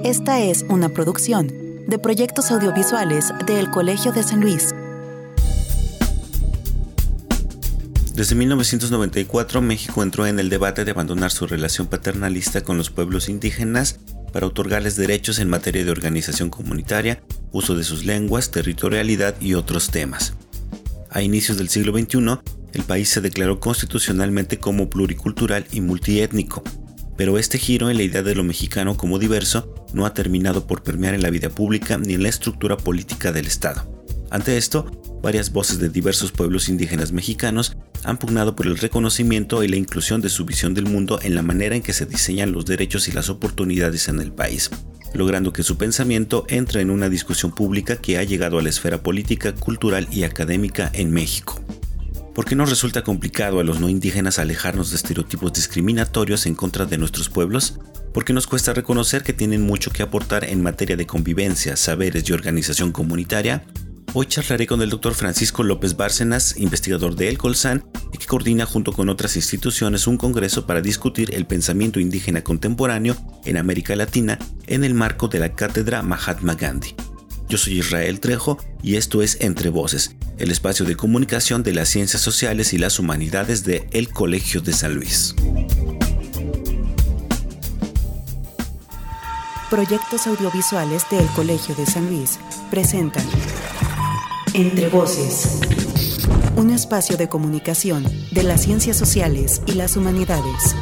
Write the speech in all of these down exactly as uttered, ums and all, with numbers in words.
Esta es una producción de proyectos audiovisuales del Colegio de San Luis. Desde mil novecientos noventa y cuatro, México entró en el debate de abandonar su relación paternalista con los pueblos indígenas para otorgarles derechos en materia de organización comunitaria, uso de sus lenguas, territorialidad y otros temas. A inicios del siglo veintiuno, el país se declaró constitucionalmente como pluricultural y multiétnico, pero este giro en la idea de lo mexicano como diverso no ha terminado por permear en la vida pública ni en la estructura política del Estado. Ante esto, varias voces de diversos pueblos indígenas mexicanos han pugnado por el reconocimiento y la inclusión de su visión del mundo en la manera en que se diseñan los derechos y las oportunidades en el país, logrando que su pensamiento entre en una discusión pública que ha llegado a la esfera política, cultural y académica en México. ¿Por qué nos resulta complicado a los no indígenas alejarnos de estereotipos discriminatorios en contra de nuestros pueblos? Porque nos cuesta reconocer que tienen mucho que aportar en materia de convivencia, saberes y organización comunitaria. Hoy charlaré con el doctor Francisco López Bárcenas, investigador de El Colsan, y que coordina junto con otras instituciones un congreso para discutir el pensamiento indígena contemporáneo en América Latina en el marco de la Cátedra Mahatma Gandhi. Yo soy Israel Trejo y esto es Entre Voces, el espacio de comunicación de las ciencias sociales y las humanidades de El Colegio de San Luis. Proyectos audiovisuales del Colegio de San Luis presentan Entre Voces, un espacio de comunicación de las ciencias sociales y las humanidades.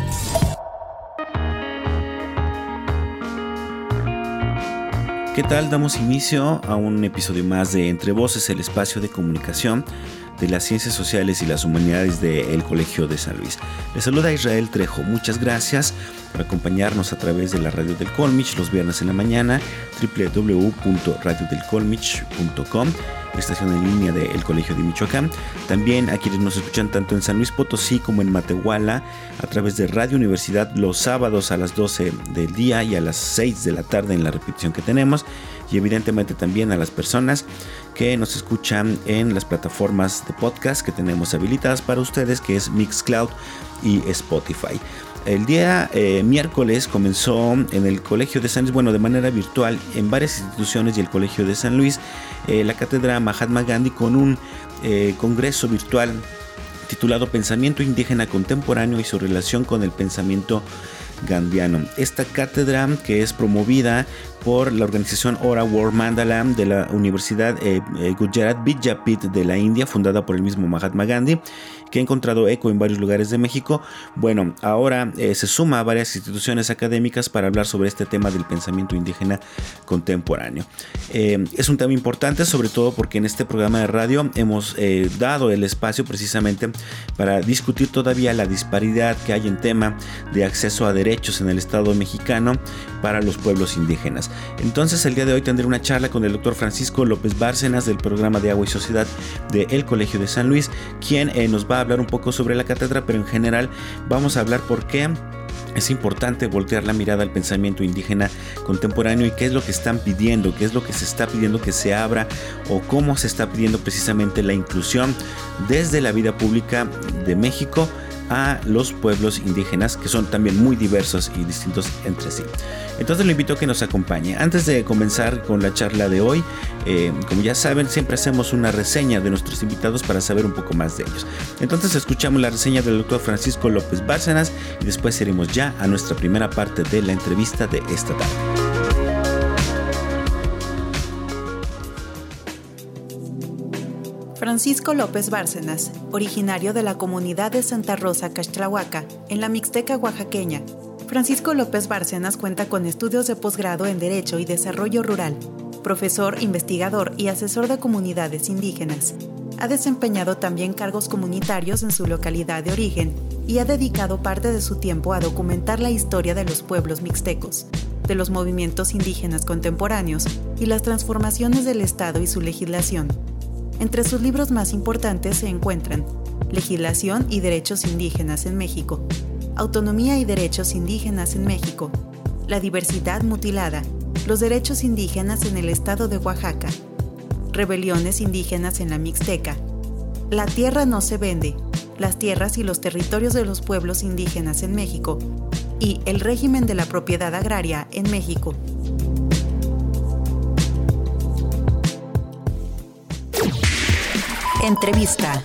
¿Qué tal? Damos inicio a un episodio más de Entre Voces, el espacio de comunicación de las ciencias sociales y las humanidades del Colegio de San Luis. Les saluda Israel Trejo. Muchas gracias por acompañarnos a través de la radio del Colmich los viernes en la mañana, doble u doble u doble u punto radio del colmich punto com, estación en línea del Colegio de Michoacán. También a quienes nos escuchan tanto en San Luis Potosí como en Matehuala a través de Radio Universidad los sábados a las doce del día y a las seis de la tarde en la repetición que tenemos. Y evidentemente también a las personas que nos escuchan en las plataformas de podcast que tenemos habilitadas para ustedes, que es Mixcloud y Spotify. El día eh, miércoles comenzó en el Colegio de San Luis, bueno, de manera virtual en varias instituciones y el Colegio de San Luis, eh, la Cátedra Mahatma Gandhi con un eh, congreso virtual titulado Pensamiento Indígena Contemporáneo y su relación con el pensamiento gandiano. Esta cátedra, que es promovida por la organización Ora War Mandala de la Universidad eh, eh, Gujarat Vidyapit de la India, fundada por el mismo Mahatma Gandhi, que ha encontrado eco en varios lugares de México. Bueno, ahora eh, se suma a varias instituciones académicas para hablar sobre este tema del pensamiento indígena contemporáneo. Eh, es un tema importante, sobre todo porque en este programa de radio hemos eh, dado el espacio precisamente para discutir todavía la disparidad que hay en tema de acceso a derechos en el Estado mexicano para los pueblos indígenas. Entonces, el día de hoy tendré una charla con el doctor Francisco López Bárcenas del programa de Agua y Sociedad de El Colegio de San Luis, quien eh, nos va a hablar un poco sobre la cátedra, pero en general vamos a hablar por qué es importante voltear la mirada al pensamiento indígena contemporáneo y qué es lo que están pidiendo, qué es lo que se está pidiendo que se abra o cómo se está pidiendo precisamente la inclusión desde la vida pública de México a los pueblos indígenas, que son también muy diversos y distintos entre sí. Entonces lo invito a que nos acompañe. Antes de comenzar con la charla de hoy, eh, como ya saben, siempre hacemos una reseña de nuestros invitados para saber un poco más de ellos. Entonces escuchamos la reseña del doctor Francisco López Bárcenas y después iremos ya a nuestra primera parte de la entrevista de esta tarde. Francisco López Bárcenas, originario de la comunidad de Santa Rosa, Caxtlahuaca, en la Mixteca oaxaqueña. Francisco López Bárcenas cuenta con estudios de posgrado en Derecho y Desarrollo Rural, profesor, investigador y asesor de comunidades indígenas. Ha desempeñado también cargos comunitarios en su localidad de origen y ha dedicado parte de su tiempo a documentar la historia de los pueblos mixtecos, de los movimientos indígenas contemporáneos y las transformaciones del Estado y su legislación. Entre sus libros más importantes se encuentran Legislación y Derechos Indígenas en México, Autonomía y Derechos Indígenas en México, La Diversidad Mutilada, Los Derechos Indígenas en el Estado de Oaxaca, Rebeliones Indígenas en la Mixteca, La Tierra no se vende, Las tierras y los territorios de los pueblos indígenas en México, y el régimen de la propiedad agraria en México. Entrevista.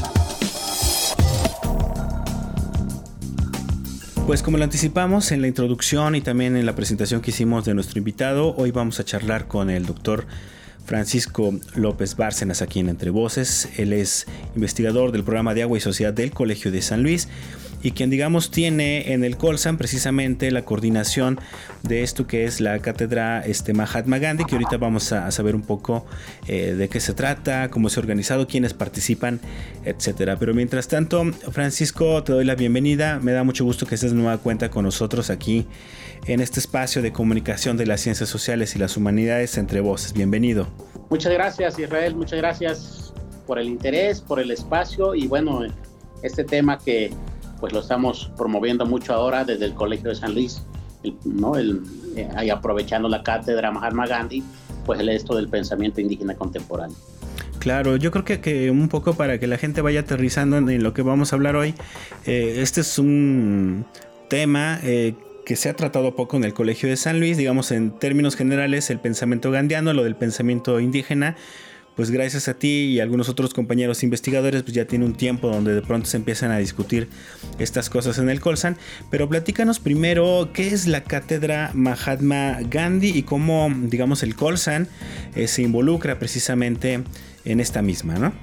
Pues como lo anticipamos en la introducción y también en la presentación que hicimos de nuestro invitado, hoy vamos a charlar con el doctor Francisco López Bárcenas aquí en Entre Voces. Él es investigador del programa de Agua y Sociedad del Colegio de San Luis y quien, digamos, tiene en el Colsan precisamente la coordinación de esto que es la cátedra este, Mahatma Gandhi, que ahorita vamos a, a saber un poco eh, de qué se trata, cómo se ha organizado, quiénes participan, etcétera. Pero mientras tanto, Francisco, te doy la bienvenida. Me da mucho gusto que estés de nueva cuenta con nosotros aquí en este espacio de comunicación de las ciencias sociales y las humanidades Entre Voces. Bienvenido. Muchas gracias, Israel. Muchas gracias por el interés, por el espacio y bueno, este tema que pues lo estamos promoviendo mucho ahora desde el Colegio de San Luis, el, ¿no? el, eh, ahí aprovechando la cátedra Mahatma Gandhi, pues el esto del pensamiento indígena contemporáneo. Claro, yo creo que, que un poco para que la gente vaya aterrizando en, en lo que vamos a hablar hoy, eh, este es un tema eh, que se ha tratado poco en el Colegio de San Luis, digamos en términos generales, el pensamiento gandiano, lo del pensamiento indígena. Pues gracias a ti y a algunos otros compañeros investigadores, pues ya tiene un tiempo donde de pronto se empiezan a discutir estas cosas en el Colsan. Pero platícanos primero qué es la cátedra Mahatma Gandhi y cómo, digamos, el Colsan eh, se involucra precisamente en esta misma, ¿no?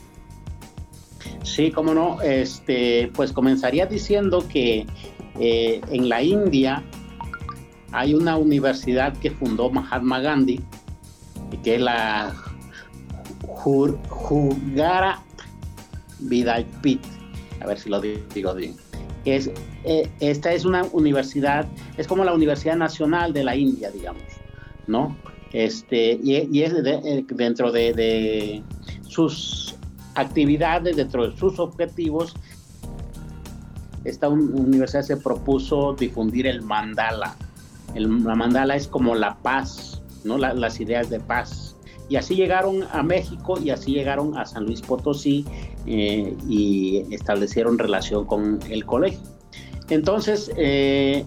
Sí, cómo no. Este, pues comenzaría diciendo que eh, en la India hay una universidad que fundó Mahatma Gandhi, que es la Jugarat Vidyapith, a ver si lo digo bien. Es, eh, esta es una universidad, es como la Universidad Nacional de la India, digamos, ¿no? Este, y, y es de, dentro de, de sus actividades, dentro de sus objetivos, esta universidad se propuso difundir el mandala. El mandala es como la paz, ¿no? La, las ideas de paz. Y así llegaron a México y así llegaron a San Luis Potosí eh, y establecieron relación con el colegio. Entonces, eh,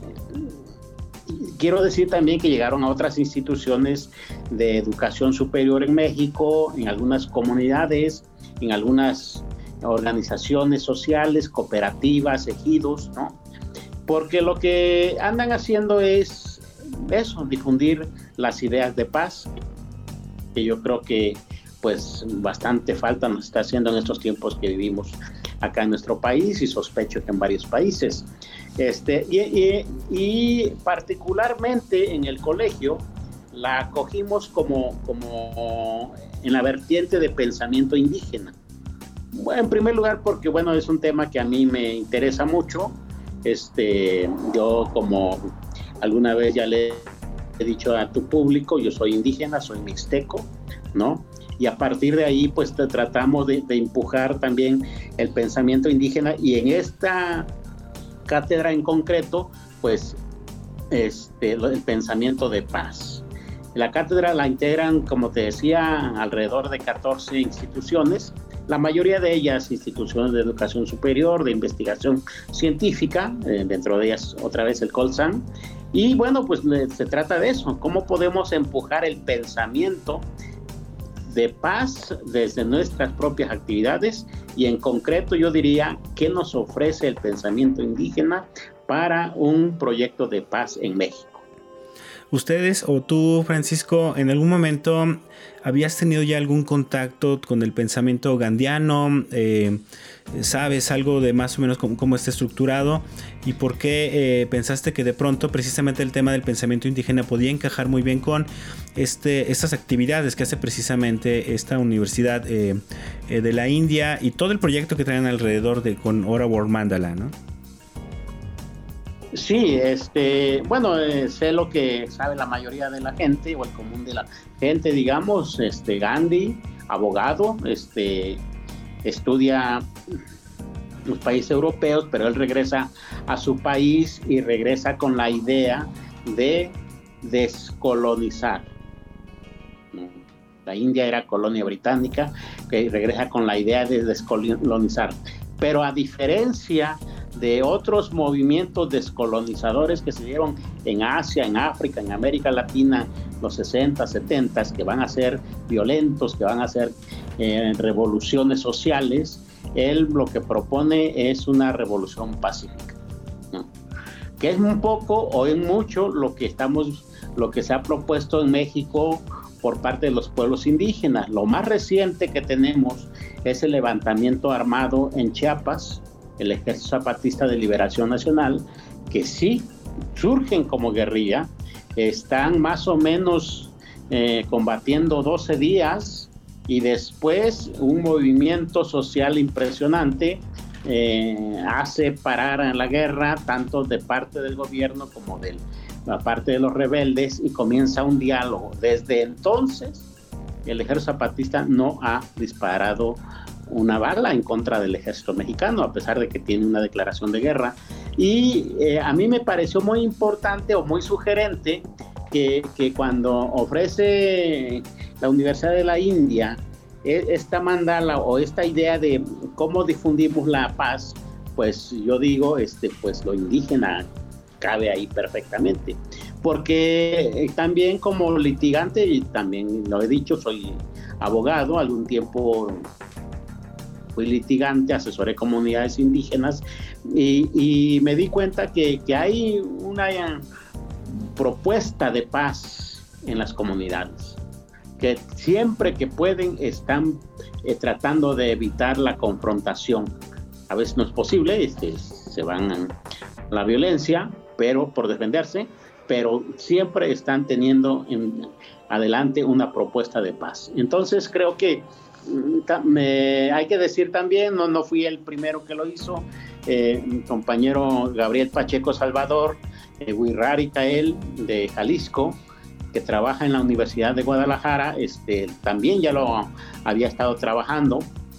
quiero decir también que llegaron a otras instituciones de educación superior en México, en algunas comunidades, en algunas organizaciones sociales, cooperativas, ejidos, ¿no? Porque lo que andan haciendo es eso, difundir las ideas de paz, que yo creo que pues bastante falta nos está haciendo en estos tiempos que vivimos acá en nuestro país y sospecho que en varios países. Este, y, y, y particularmente en el colegio la acogimos como, como en la vertiente de pensamiento indígena. Bueno, en primer lugar porque bueno, es un tema que a mí me interesa mucho. Este, yo como alguna vez ya le he dicho a tu público, yo soy indígena, soy mixteco, ¿no? Y a partir de ahí, pues te tratamos de, de empujar también el pensamiento indígena y en esta cátedra en concreto, pues este, el pensamiento de paz. La cátedra la integran, como te decía, alrededor de catorce instituciones, la mayoría de ellas instituciones de educación superior, de investigación científica, eh, dentro de ellas otra vez el Colsan. Y bueno, pues se trata de eso, cómo podemos empujar el pensamiento de paz desde nuestras propias actividades y en concreto yo diría qué nos ofrece el pensamiento indígena para un proyecto de paz en México. ¿Ustedes o tú, Francisco, en algún momento habías tenido ya algún contacto con el pensamiento gandiano? Eh, ¿Sabes algo de más o menos cómo, cómo está estructurado? ¿Y por qué eh, pensaste que de pronto precisamente el tema del pensamiento indígena podía encajar muy bien con este, estas actividades que hace precisamente esta universidad eh, eh, de la India y todo el proyecto que traen alrededor de con Orawa Mandala, ¿no? Sí, este, bueno, eh, sé lo que sabe la mayoría de la gente o el común de la gente, digamos, este, Gandhi, abogado, este, estudia los países europeos, pero él regresa a su país y regresa con la idea de descolonizar. La India era colonia británica, que regresa con la idea de descolonizar. Pero a diferencia de otros movimientos descolonizadores que se dieron en Asia, en África, en América Latina, los sesenta, setenta, que van a ser violentos, que van a ser eh, revoluciones sociales. Él lo que propone es una revolución pacífica, ¿no? Que es un poco o en mucho lo que estamos, lo que se ha propuesto en México por parte de los pueblos indígenas. Lo más reciente que tenemos es el levantamiento armado en Chiapas, el Ejército Zapatista de Liberación Nacional, que sí surgen como guerrilla, están más o menos eh, combatiendo doce días y después un movimiento social impresionante eh, hace parar en la guerra tanto de parte del gobierno como de la parte de los rebeldes y comienza un diálogo. Desde entonces el Ejército Zapatista no ha disparado una bala en contra del ejército mexicano, a pesar de que tiene una declaración de guerra. Y eh, a mí me pareció muy importante o muy sugerente que, que cuando ofrece la Universidad de la India esta mandala o esta idea de cómo difundimos la paz, pues yo digo, este, pues lo indígena cabe ahí perfectamente, porque también como litigante, y también lo he dicho, soy abogado, algún tiempo fui litigante, asesoré comunidades indígenas y, y me di cuenta que, que hay una propuesta de paz en las comunidades, que siempre que pueden están eh, tratando de evitar la confrontación. A veces no es posible, este, se van a la violencia, pero por defenderse, pero siempre están teniendo en adelante una propuesta de paz. Entonces creo que me, hay que decir también, no, no fui el primero que lo hizo, eh, mi compañero Gabriel Pacheco Salvador, eh, Huirrari Tael de Jalisco, que trabaja en la Universidad de Guadalajara, este, también ya lo había estado trabajando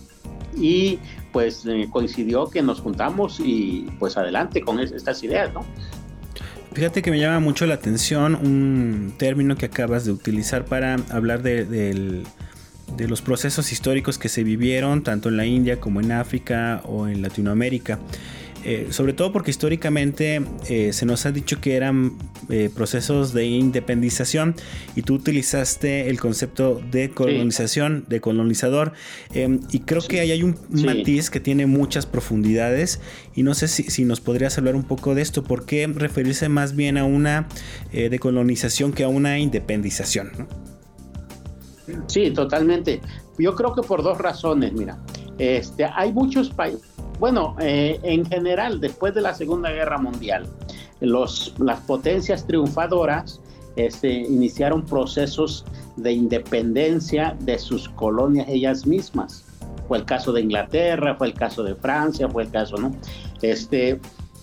y pues eh, coincidió que nos juntamos y pues adelante con es, estas ideas, ¿no? Fíjate que me llama mucho la atención un término que acabas de utilizar para hablar de, de, de los procesos históricos que se vivieron tanto en la India como en África o en Latinoamérica. Eh, sobre todo porque históricamente eh, se nos ha dicho que eran eh, procesos de independización y tú utilizaste el concepto de colonización, sí. de colonizador, eh, y creo sí. que ahí hay un sí. matiz que tiene muchas profundidades y no sé si, si nos podrías hablar un poco de esto. ¿Por qué referirse más bien a una eh, decolonización que a una independización, ¿no? Sí, totalmente. Yo creo que por dos razones, mira, este, hay muchos países. Bueno, eh, en general, después de la Segunda Guerra Mundial, los, las potencias triunfadoras este, iniciaron procesos de independencia de sus colonias ellas mismas. Fue el caso de Inglaterra, fue el caso de Francia, fue el caso, ¿no? Este,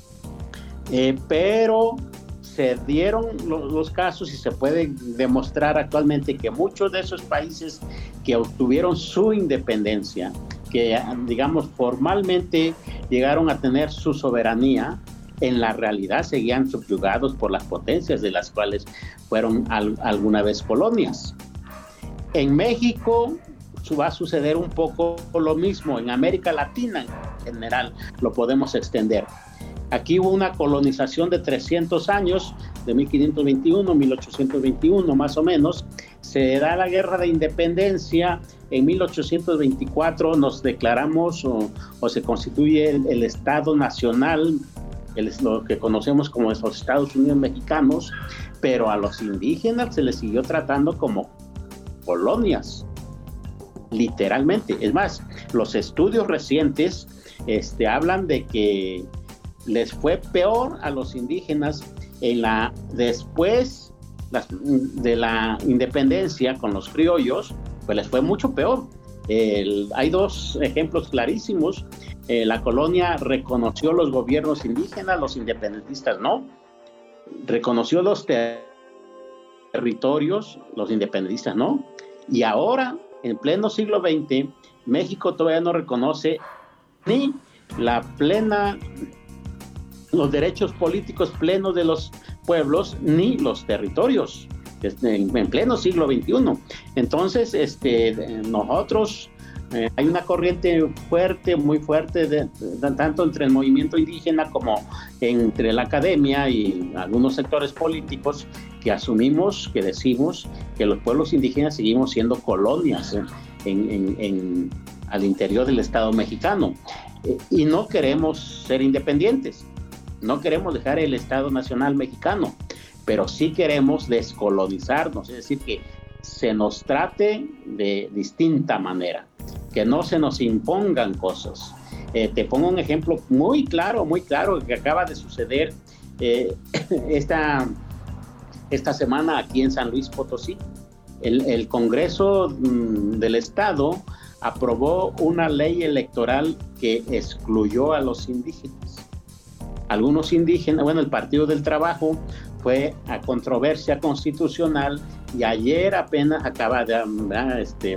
eh, pero se dieron los, los casos y se puede demostrar actualmente que muchos de esos países que obtuvieron su independencia, que digamos formalmente llegaron a tener su soberanía, en la realidad seguían subyugados por las potencias de las cuales fueron al, alguna vez colonias. En México va a suceder un poco lo mismo, en América Latina en general lo podemos extender. Aquí hubo una colonización de trescientos años, de mil quinientos veintiuno a mil ochocientos veintiuno más o menos. Se da la guerra de independencia. En mil ochocientos veinticuatro nos declaramos o, o se constituye el, el Estado Nacional, el, lo que conocemos como los Estados Unidos Mexicanos, pero a los indígenas se les siguió tratando como colonias, literalmente. Es más, los estudios recientes este, hablan de que les fue peor a los indígenas en la, después las, de la independencia con los criollos, pues les fue mucho peor. El, hay dos ejemplos clarísimos. Eh, la colonia reconoció los gobiernos indígenas, los independentistas no. Reconoció los ter- territorios, los independentistas no. Y ahora, en pleno siglo veinte, México todavía no reconoce ni la plena, los derechos políticos plenos de los pueblos, ni los territorios. En pleno siglo veintiuno. Entonces, este, nosotros Eh, hay una corriente fuerte, muy fuerte, de, de, tanto entre el movimiento indígena como entre la academia y algunos sectores políticos, que asumimos, que decimos que los pueblos indígenas seguimos siendo colonias eh, en, en, en, al interior del Estado mexicano. Eh, y no queremos ser independientes, no queremos dejar el Estado Nacional mexicano, pero sí queremos descolonizarnos, es decir, que se nos trate de distinta manera, que no se nos impongan cosas. Eh, te pongo un ejemplo muy claro, muy claro, que acaba de suceder eh, esta, esta semana aquí en San Luis Potosí. El, el Congreso mm, del Estado aprobó una ley electoral que excluyó a los indígenas. Algunos indígenas, bueno, el Partido del Trabajo fue a controversia constitucional y ayer apenas acaba de, este,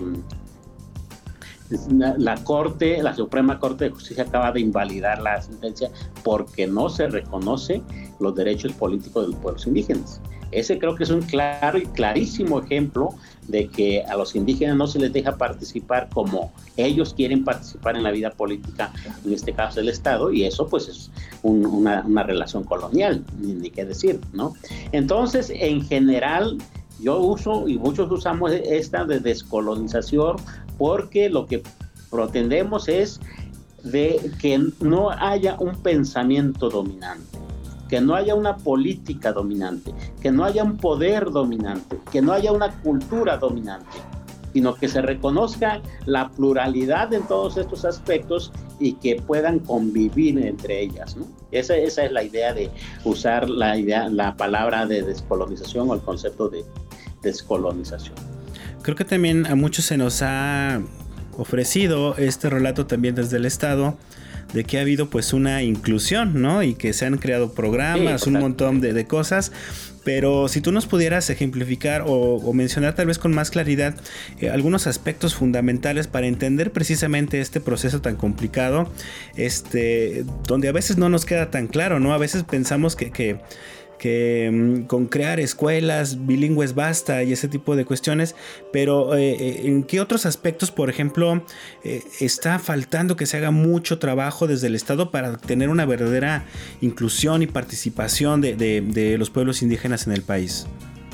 la, la Corte, la Suprema Corte de Justicia acaba de invalidar la sentencia porque no se reconoce los derechos políticos de los pueblos indígenas. Ese creo que es un claro y clarísimo ejemplo de que a los indígenas no se les deja participar como ellos quieren participar en la vida política, en este caso del Estado, y eso pues es un, una, una relación colonial, ni, ni qué decir, ¿no? Entonces, en general, yo uso y muchos usamos esta de descolonización porque lo que pretendemos es de que no haya un pensamiento dominante, que no haya una política dominante, que no haya un poder dominante, que no haya una cultura dominante, sino que se reconozca la pluralidad en todos estos aspectos y que puedan convivir entre ellas, ¿no? Esa, esa es la idea de usar la, idea, la palabra de descolonización o el concepto de descolonización. Creo que también a muchos se nos ha ofrecido este relato también desde el Estado, de que ha habido pues una inclusión, ¿no? Y que se han creado programas, sí, un montón de, de cosas. Pero si tú nos pudieras ejemplificar o, o mencionar tal vez con más claridad eh, algunos aspectos fundamentales para entender precisamente este proceso tan complicado, este, donde a veces no nos queda tan claro, ¿no? A veces pensamos que... que que um, con crear escuelas bilingües basta y ese tipo de cuestiones, pero eh, ¿en qué otros aspectos, por ejemplo, eh, está faltando que se haga mucho trabajo desde el Estado para tener una verdadera inclusión y participación de, de, de los pueblos indígenas en el país?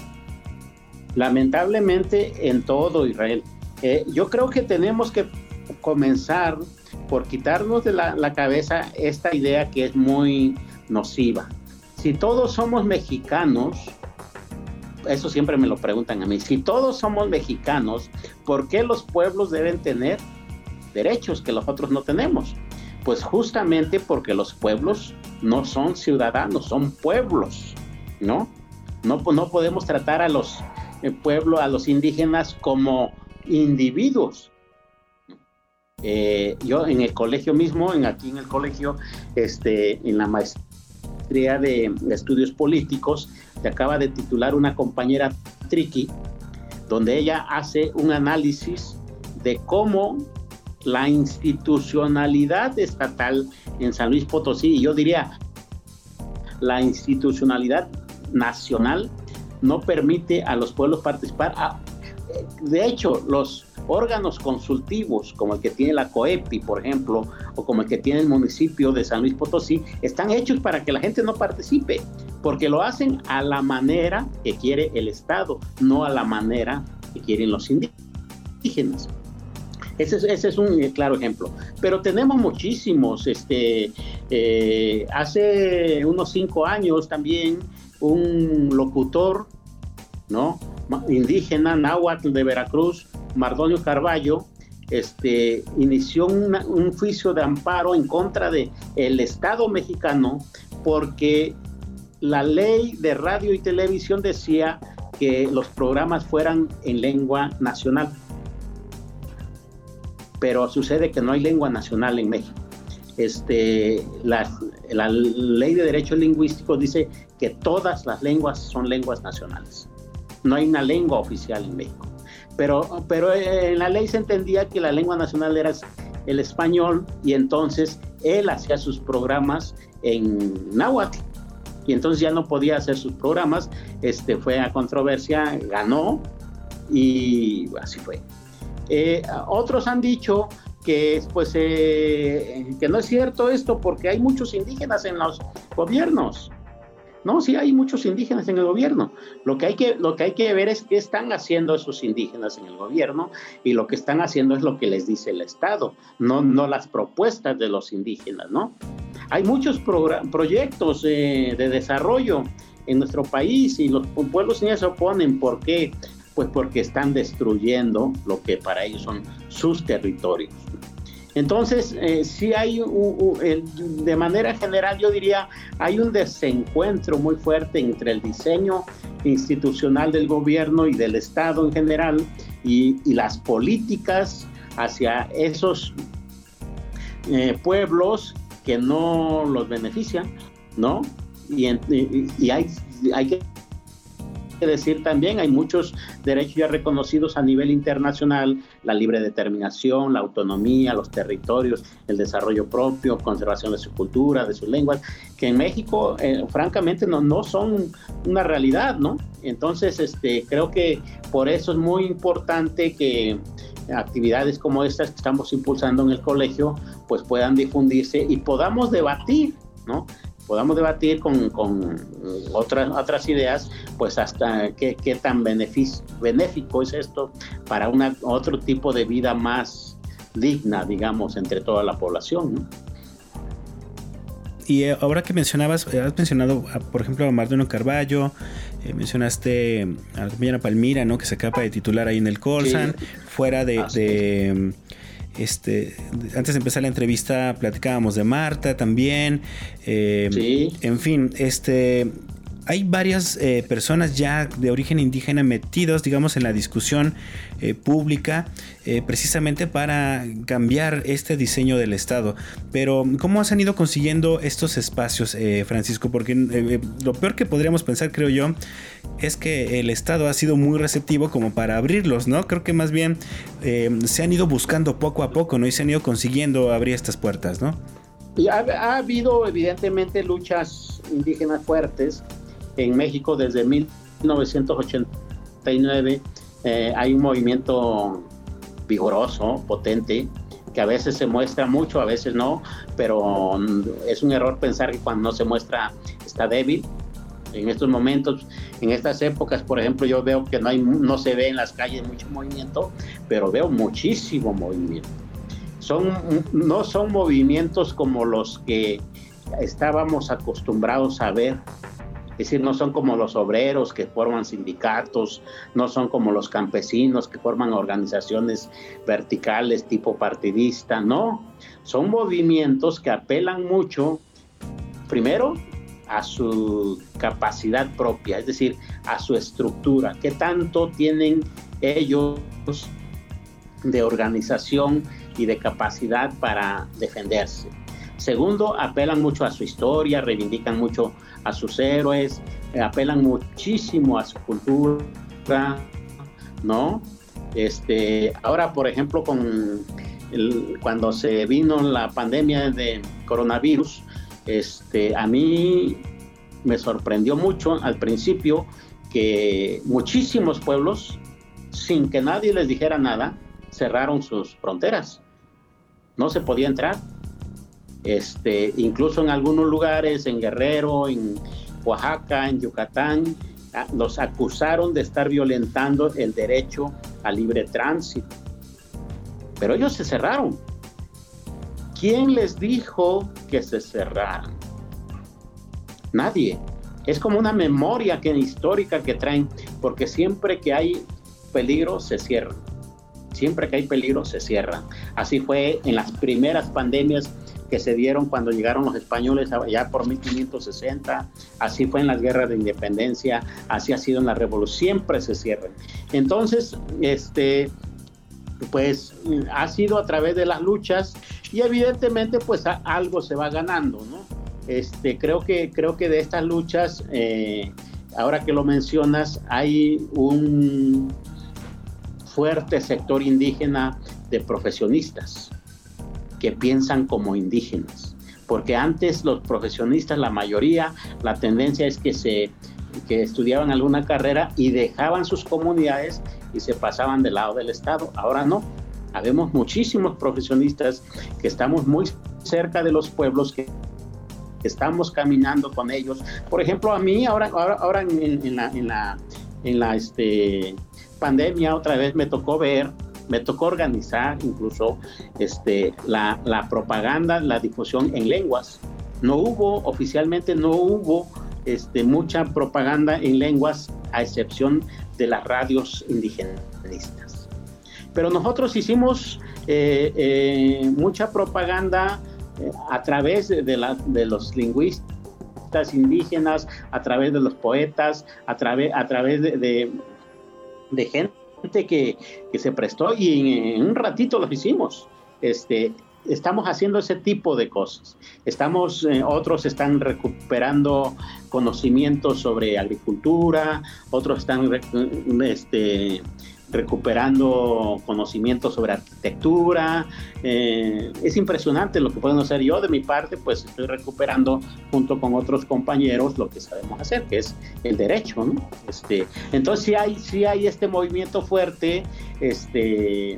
Lamentablemente en todo, Israel. Eh, yo creo que tenemos que comenzar por quitarnos de la, la cabeza esta idea que es muy nociva. Si todos somos mexicanos, eso siempre me lo preguntan a mí, si todos somos mexicanos, ¿por qué los pueblos deben tener derechos que los otros no tenemos? Pues justamente porque los pueblos no son ciudadanos, son pueblos, ¿no? No, no podemos tratar a los eh, pueblos, a los indígenas como individuos. Eh, yo en el colegio mismo, en, aquí en el colegio, este, en la maestría, De, de estudios políticos, se acaba de titular una compañera Triqui, donde ella hace un análisis de cómo la institucionalidad estatal en San Luis Potosí, y yo diría la institucionalidad nacional, no permite a los pueblos participar. De hecho, los órganos consultivos como el que tiene la COEPI, por ejemplo, o como el que tiene el municipio de San Luis Potosí, están hechos para que la gente no participe, porque lo hacen a la manera que quiere el Estado, no a la manera que quieren los indígenas. Ese es, ese es un claro ejemplo. Pero tenemos muchísimos. Este, eh, hace unos cinco años también un locutor, ¿no?, indígena, náhuatl de Veracruz, Mardonio Carballo, este, inició una, un juicio de amparo en contra de el Estado mexicano porque la ley de radio y televisión decía que los programas fueran en lengua nacional. Pero sucede que no hay lengua nacional en México. Este, la, la ley de derechos lingüísticos dice que todas las lenguas son lenguas nacionales. No hay una lengua oficial en México. Pero, pero en la ley se entendía que la lengua nacional era el español y entonces él hacía sus programas en náhuatl y entonces ya no podía hacer sus programas. Este, fue a controversia, ganó y así fue. Eh, otros han dicho que, pues, eh, que no es cierto esto porque hay muchos indígenas en los gobiernos. No, sí hay muchos indígenas en el gobierno. Lo que hay que, lo que hay que ver es qué están haciendo esos indígenas en el gobierno, y lo que están haciendo es lo que les dice el Estado, no, no las propuestas de los indígenas, ¿no? Hay muchos progr- proyectos eh, de desarrollo en nuestro país y los pueblos indígenas se oponen. ¿Por qué? Pues porque están destruyendo lo que para ellos son sus territorios. Entonces, eh, sí hay, un, un, el, de manera general, yo diría, hay un desencuentro muy fuerte entre el diseño institucional del gobierno y del Estado en general y, y las políticas hacia esos eh, pueblos que no los benefician, ¿no? Y, y, y hay, hay que decir también, hay muchos derechos ya reconocidos a nivel internacional: la libre determinación, la autonomía, los territorios, el desarrollo propio, conservación de su cultura, de sus lenguas, que en México eh, francamente no, no son una realidad, ¿no? Entonces este, creo que por eso es muy importante que actividades como estas que estamos impulsando en el colegio pues puedan difundirse y podamos debatir, ¿no? podamos debatir con, con otras, otras ideas, pues hasta qué, qué tan benefic- benéfico es esto para una, otro tipo de vida más digna, digamos, entre toda la población, ¿no? Y ahora que mencionabas, has mencionado, por ejemplo, a Mardonio Carballo, eh, mencionaste a la compañera Palmira, ¿no? Que se acaba de titular ahí en el Colsan, sí. fuera de... de Este, antes de empezar la entrevista platicábamos de Marta también, eh, sí. en fin, este, hay varias eh, personas ya de origen indígena metidos, digamos, en la discusión eh, pública, eh, precisamente para cambiar este diseño del Estado. Pero ¿cómo se han ido consiguiendo estos espacios, eh, Francisco? Porque eh, lo peor que podríamos pensar, creo yo, es que el Estado ha sido muy receptivo como para abrirlos, ¿no? Creo que más bien eh, se han ido buscando poco a poco, ¿no? Y se han ido consiguiendo abrir estas puertas, ¿no? Y ha, ha habido evidentemente luchas indígenas fuertes en México desde mil novecientos ochenta y nueve. Eh, hay un movimiento vigoroso, potente, que a veces se muestra mucho, a veces no, pero es un error pensar que cuando no se muestra está débil. En estos momentos, en estas épocas, por ejemplo, yo veo que no, hay, no se ve en las calles mucho movimiento, pero veo muchísimo movimiento. Son, no son movimientos como los que estábamos acostumbrados a ver. Es decir, no son como los obreros que forman sindicatos, no son como los campesinos que forman organizaciones verticales tipo partidista, no. Son movimientos que apelan mucho, primero, a su capacidad propia, es decir, a su estructura. ¿Qué tanto tienen ellos de organización y de capacidad para defenderse? Segundo, apelan mucho a su historia, reivindican mucho a sus héroes, apelan muchísimo a su cultura, ¿no? Este, ahora, por ejemplo, con el, cuando se vino la pandemia de coronavirus, este, a mí me sorprendió mucho al principio que muchísimos pueblos, sin que nadie les dijera nada, cerraron sus fronteras. No se podía entrar. Este, incluso en algunos lugares, en Guerrero, en Oaxaca, en Yucatán, los acusaron de estar violentando el derecho a libre tránsito. Pero ellos se cerraron. ¿Quién les dijo que se cerraran? Nadie. Es como una memoria que, histórica que traen, porque siempre que hay peligro se cierran. Siempre que hay peligro se cierran. Así fue en las primeras pandemias que se dieron cuando llegaron los españoles allá por mil quinientos sesenta, así fue en las guerras de independencia, así ha sido en la revolución, siempre se cierran. Entonces, este, pues ha sido a través de las luchas y evidentemente pues a, algo se va ganando, ¿no? Este, creo que, creo que de estas luchas, eh, ahora que lo mencionas, hay un fuerte sector indígena de profesionistas que piensan como indígenas, porque antes los profesionistas, la mayoría, la tendencia es que se que estudiaban alguna carrera y dejaban sus comunidades y se pasaban del lado del Estado. Ahora no, habemos muchísimos profesionistas que estamos muy cerca de los pueblos, que estamos caminando con ellos. Por ejemplo, a mí ahora, ahora, ahora en, en la, en la, en la este, pandemia otra vez me tocó ver, me tocó organizar incluso este, la, la propaganda, la difusión en lenguas. No hubo, oficialmente no hubo este, mucha propaganda en lenguas, a excepción de las radios indigenistas. Pero nosotros hicimos eh, eh, mucha propaganda eh, a través de, de, la, de los lingüistas indígenas, a través de los poetas, a, través, a través de, de, de gente que, que se prestó, y en, en un ratito lo hicimos. Este, estamos haciendo ese tipo de cosas. Estamos, eh, otros están recuperando conocimientos sobre agricultura, otros están este, recuperando conocimientos sobre arquitectura. Eh, es impresionante lo que podemos hacer. Yo, de mi parte, pues estoy recuperando junto con otros compañeros lo que sabemos hacer, que es el derecho, ¿no? Este, entonces sí hay, sí hay este movimiento fuerte, este,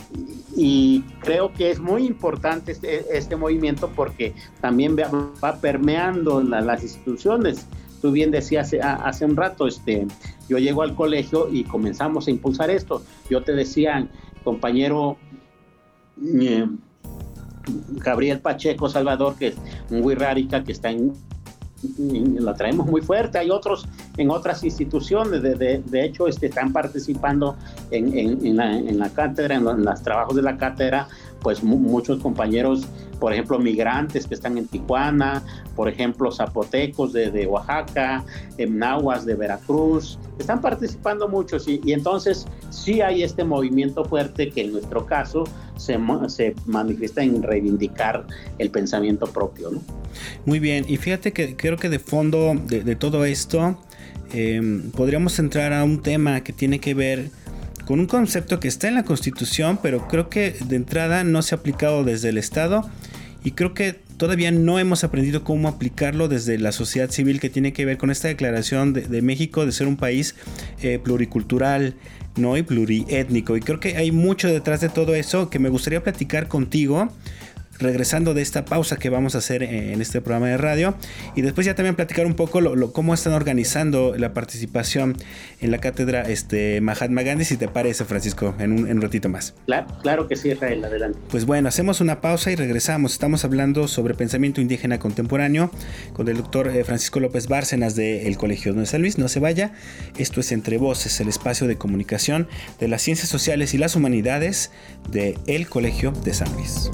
y creo que es muy importante este, este movimiento, porque también va, va permeando la, las instituciones. Tú bien decías hace, hace un rato, este, yo llego al colegio y comenzamos a impulsar esto. Yo te decía, compañero eh, Gabriel Pacheco Salvador, que es un Wixárika que está en, en, la traemos muy fuerte. Hay otros en otras instituciones, de, de, de hecho este, están participando en, en, en, la, en la cátedra, en los, en los trabajos de la cátedra, pues mu- muchos compañeros, por ejemplo, migrantes que están en Tijuana, por ejemplo, zapotecos de, de Oaxaca, nahuas de Veracruz, están participando muchos, y, y entonces sí hay este movimiento fuerte que en nuestro caso se, se manifiesta en reivindicar el pensamiento propio, ¿no? Muy bien, y fíjate que creo que de fondo de, de todo esto eh, podríamos entrar a un tema que tiene que ver con un concepto que está en la Constitución, pero creo que de entrada no se ha aplicado desde el Estado, y creo que todavía no hemos aprendido cómo aplicarlo desde la sociedad civil, que tiene que ver con esta declaración de, de México de ser un país eh, pluricultural, ¿no? Y pluriétnico. Y creo que hay mucho detrás de todo eso que me gustaría platicar contigo, regresando de esta pausa que vamos a hacer en este programa de radio, y después ya también platicar un poco lo, lo, cómo están organizando la participación en la cátedra este, Mahatma Gandhi, si te parece, Francisco, en un, en un ratito más. Claro, claro que sí, Israel, adelante. Pues bueno, hacemos una pausa y regresamos. Estamos hablando sobre pensamiento indígena contemporáneo con el doctor Francisco López Bárcenas del Colegio de San Luis. No se vaya, esto es Entre Voces, el espacio de comunicación de las ciencias sociales y las humanidades del Colegio de San Luis.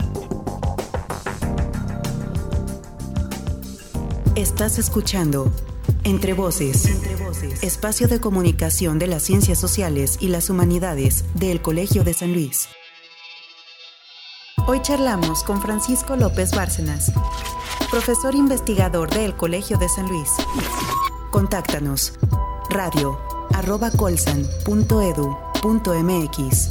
Estás escuchando Entre Voces, Entre Voces, espacio de comunicación de las ciencias sociales y las humanidades del Colegio de San Luis. Hoy charlamos con Francisco López Bárcenas, profesor investigador del Colegio de San Luis. Contáctanos radio arroba colsan punto edu punto mx.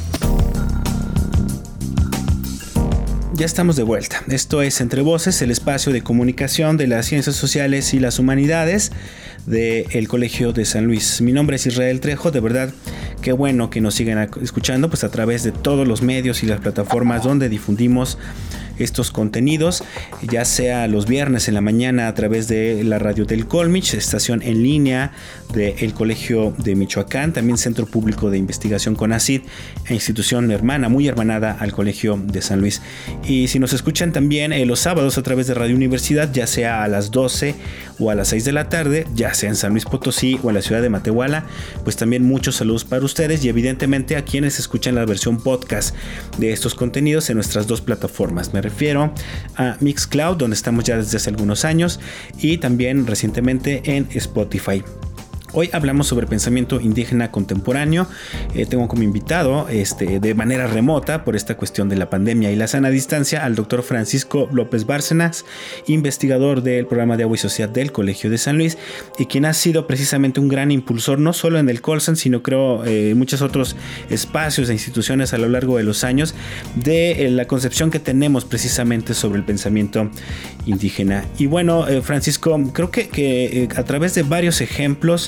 Ya estamos de vuelta. Esto es Entre Voces, el espacio de comunicación de las ciencias sociales y las humanidades del Colegio de San Luis. Mi nombre es Israel Trejo. De verdad, qué bueno que nos sigan escuchando pues a través de todos los medios y las plataformas donde difundimos estos contenidos, ya sea los viernes en la mañana a través de la radio del Colmich, estación en línea del Colegio de Michoacán, también Centro Público de Investigación CONACYT e institución hermana, muy hermanada al Colegio de San Luis. Y si nos escuchan también eh, los sábados a través de Radio Universidad, ya sea a las doce o a las seis de la tarde, ya sea en San Luis Potosí o en la ciudad de Matehuala, pues también muchos saludos para ustedes, y evidentemente a quienes escuchan la versión podcast de estos contenidos en nuestras dos plataformas. Me refiero a Mixcloud, donde estamos ya desde hace algunos años, y también recientemente en Spotify. Hoy hablamos sobre pensamiento indígena contemporáneo. Eh, tengo como invitado este, de manera remota por esta cuestión de la pandemia y la sana distancia al doctor Francisco López Bárcenas, investigador del programa de Agua y Sociedad del Colegio de San Luis, y quien ha sido precisamente un gran impulsor no solo en el Colsan, sino creo eh, en muchos otros espacios e instituciones a lo largo de los años de eh, la concepción que tenemos precisamente sobre el pensamiento indígena. Y bueno, eh, Francisco, creo que, que eh, a través de varios ejemplos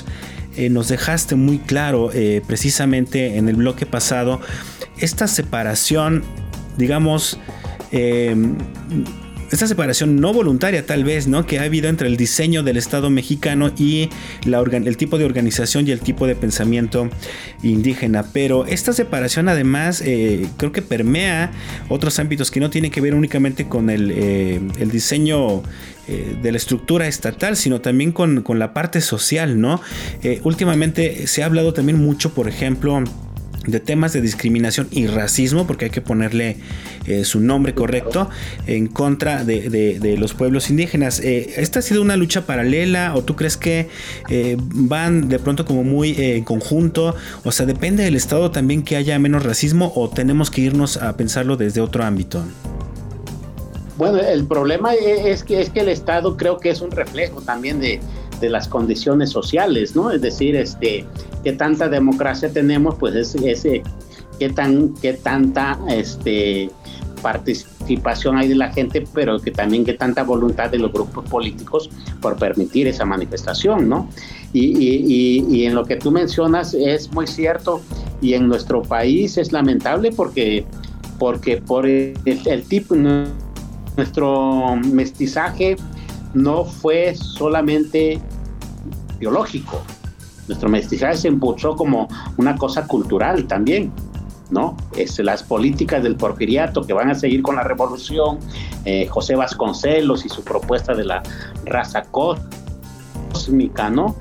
eh, nos dejaste muy claro eh, precisamente en el bloque pasado esta separación, digamos, eh, esta separación no voluntaria tal vez, ¿no?, que ha habido entre el diseño del Estado mexicano y la organ- el tipo de organización y el tipo de pensamiento indígena. Pero esta separación además eh, creo que permea otros ámbitos que no tienen que ver únicamente con el, eh, el diseño eh, de la estructura estatal, sino también con, con la parte social, ¿no? Eh, últimamente se ha hablado también mucho, por ejemplo, de temas de discriminación y racismo, porque hay que ponerle eh, su nombre correcto, en contra de, de, de los pueblos indígenas. Eh, ¿Esta ha sido una lucha paralela o tú crees que eh, van de pronto como muy eh, en conjunto? O sea, ¿depende del Estado también que haya menos racismo o tenemos que irnos a pensarlo desde otro ámbito? Bueno, el problema es que, es que el Estado creo que es un reflejo también de, de las condiciones sociales, ¿no? Es decir, este, qué tanta democracia tenemos, pues es, es qué tan, qué tanta este, participación hay de la gente, pero que también qué tanta voluntad de los grupos políticos por permitir esa manifestación, ¿no? Y, y, y, y en lo que tú mencionas es muy cierto, y en nuestro país es lamentable porque, porque por el, el tipo, ¿no?, nuestro mestizaje no fue solamente biológico, nuestro mestizaje se impulsó como una cosa cultural también, ¿no? Es, las políticas del porfiriato que van a seguir con la revolución, eh, José Vasconcelos y su propuesta de la raza cósmica, ¿no?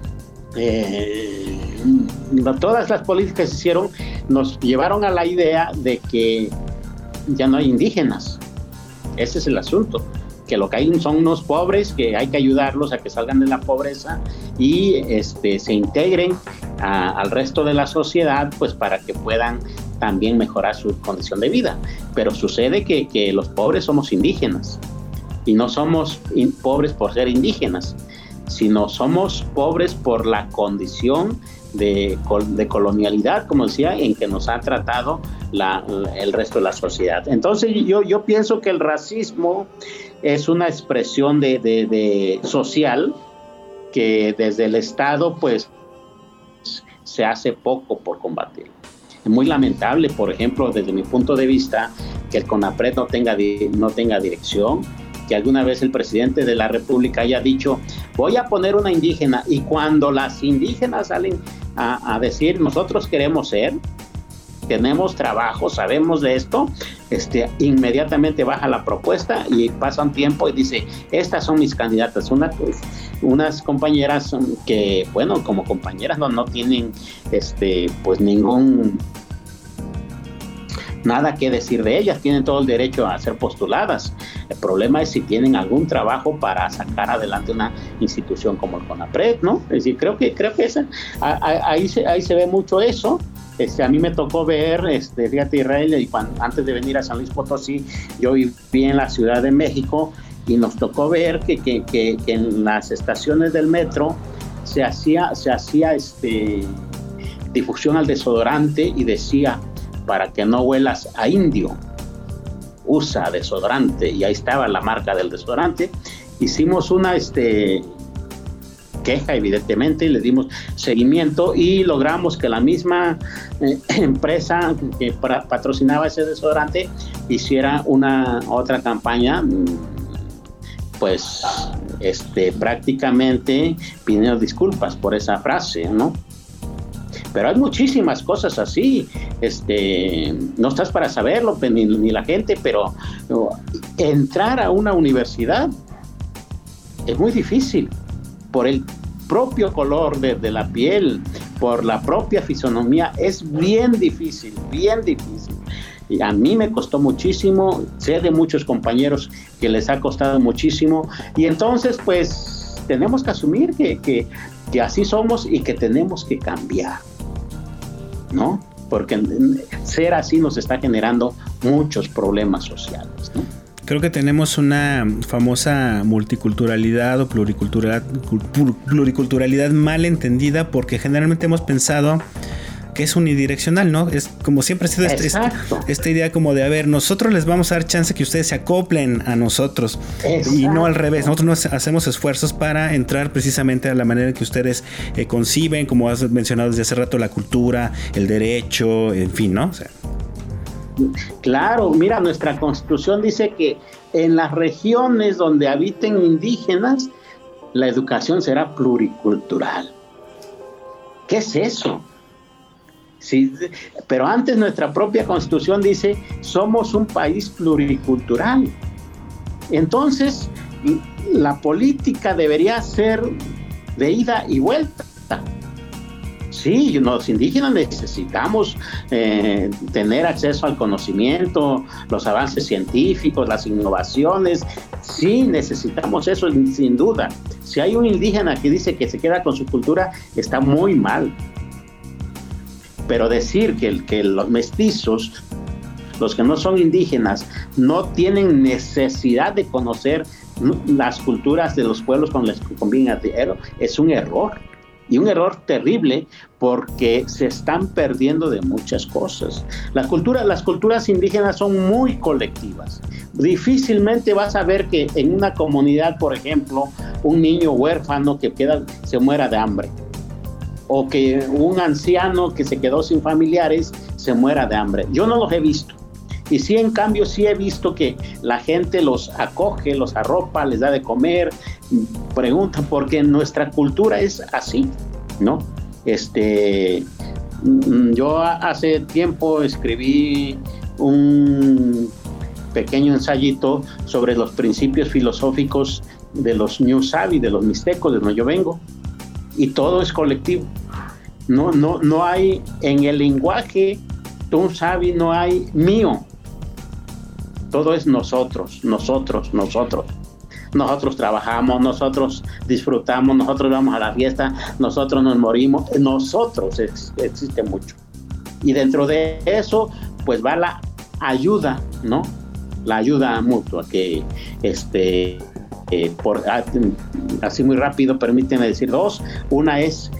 Eh, todas las políticas que se hicieron nos llevaron a la idea de que ya no hay indígenas. Ese es el asunto, que lo que hay son unos pobres que hay que ayudarlos a que salgan de la pobreza y este, se integren a, al resto de la sociedad, pues para que puedan también mejorar su condición de vida. Pero sucede que, que los pobres somos indígenas y no somos in, pobres por ser indígenas, sino somos pobres por la condición de, de colonialidad, como decía, en que nos ha tratado la, el resto de la sociedad. Entonces yo, yo pienso que el racismo es una expresión de, de, de social que desde el Estado pues se hace poco por combatir. Es muy lamentable, por ejemplo, desde mi punto de vista, que el CONAPRED no tenga, no tenga dirección, que alguna vez el presidente de la República haya dicho, voy a poner una indígena, y cuando las indígenas salen a, a decir, nosotros queremos ser, tenemos trabajo, sabemos de esto, este, inmediatamente baja la propuesta y pasa un tiempo y dice, estas son mis candidatas. Una, pues, unas compañeras que, bueno, como compañeras no, no tienen este, pues ningún... nada que decir de ellas, tienen todo el derecho a ser postuladas. El problema es si tienen algún trabajo para sacar adelante una institución como el CONAPRED, ¿no? Es decir, creo que, creo que esa, a, a, ahí, se, ahí se ve mucho eso. Este, a mí me tocó ver, este, fíjate, Israel, y cuando, antes de venir a San Luis Potosí, yo viví en la Ciudad de México y nos tocó ver que, que, que, que en las estaciones del metro se hacía, se hacía este, difusión al desodorante y decía, para que no huelas a indio, usa desodorante, y ahí estaba la marca del desodorante. Hicimos una este, queja, evidentemente, y le dimos seguimiento y logramos que la misma eh, empresa que pra, patrocinaba ese desodorante hiciera una otra campaña, pues este, prácticamente pidiendo disculpas por esa frase, ¿no? Pero hay muchísimas cosas así, este, no estás para saberlo, ni, ni la gente, pero no, entrar a una universidad es muy difícil por el propio color de, de la piel, por la propia fisonomía, es bien difícil, bien difícil. Y a mí me costó muchísimo, sé de muchos compañeros que les ha costado muchísimo, y entonces pues tenemos que asumir que, que, que así somos y que tenemos que cambiar, ¿no? Porque ser así nos está generando muchos problemas sociales, ¿no? Creo que tenemos una famosa multiculturalidad o pluriculturalidad, pluriculturalidad mal entendida, porque generalmente hemos pensado que es unidireccional, ¿no? Es como siempre ha sido este, este, esta idea como de, a ver, nosotros les vamos a dar chance que ustedes se acoplen a nosotros. Exacto. Y no al revés. Nosotros nos hacemos esfuerzos para entrar precisamente a la manera en que ustedes eh, conciben, como has mencionado desde hace rato, la cultura, el derecho, en fin, ¿no? O sea, claro, mira, nuestra Constitución dice que en las regiones donde habiten indígenas, la educación será pluricultural. ¿Qué es eso? Sí, pero antes nuestra propia Constitución dice, somos un país pluricultural. Entonces, la política debería ser de ida y vuelta. Sí, los indígenas necesitamos eh, tener acceso al conocimiento, los avances científicos, las innovaciones. Sí, necesitamos eso sin duda. Si hay un indígena que dice que se queda con su cultura, está muy mal. Pero decir que, que los mestizos, los que no son indígenas, no tienen necesidad de conocer las culturas de los pueblos con los que conviven, es un error. Y un error terrible porque se están perdiendo de muchas cosas. Las culturas, las culturas indígenas son muy colectivas. Difícilmente vas a ver que en una comunidad, por ejemplo, un niño huérfano que queda, se muera de hambre. O que un anciano que se quedó sin familiares se muera de hambre. Yo no los he visto. Y sí, en cambio, sí he visto que la gente los acoge, los arropa, les da de comer, preguntan, porque nuestra cultura es así, ¿no? Este, yo hace tiempo escribí un pequeño ensayito sobre los principios filosóficos de los Ñusabi, de los mixtecos, de donde yo vengo, y todo es colectivo. No, no, no hay en el lenguaje Ñusabi, no hay mío. Todo es nosotros, nosotros, nosotros. Nosotros trabajamos, nosotros disfrutamos, nosotros vamos a la fiesta, nosotros nos morimos, nosotros es, existe mucho. Y dentro de eso, pues va la ayuda, ¿no? La ayuda mutua, que este, eh, por, así muy rápido, permíteme decir dos. Una es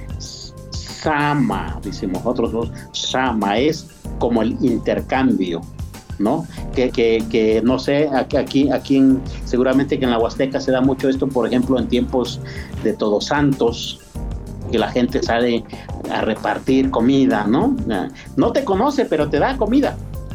Sama, decimos nosotros dos, Sama es como el intercambio, ¿no? Que, que, que no sé, aquí, aquí en, seguramente que en la Huasteca se da mucho esto, por ejemplo, en tiempos de Todos Santos, que la gente sale a repartir comida, ¿no? No te conoce, pero te da comida.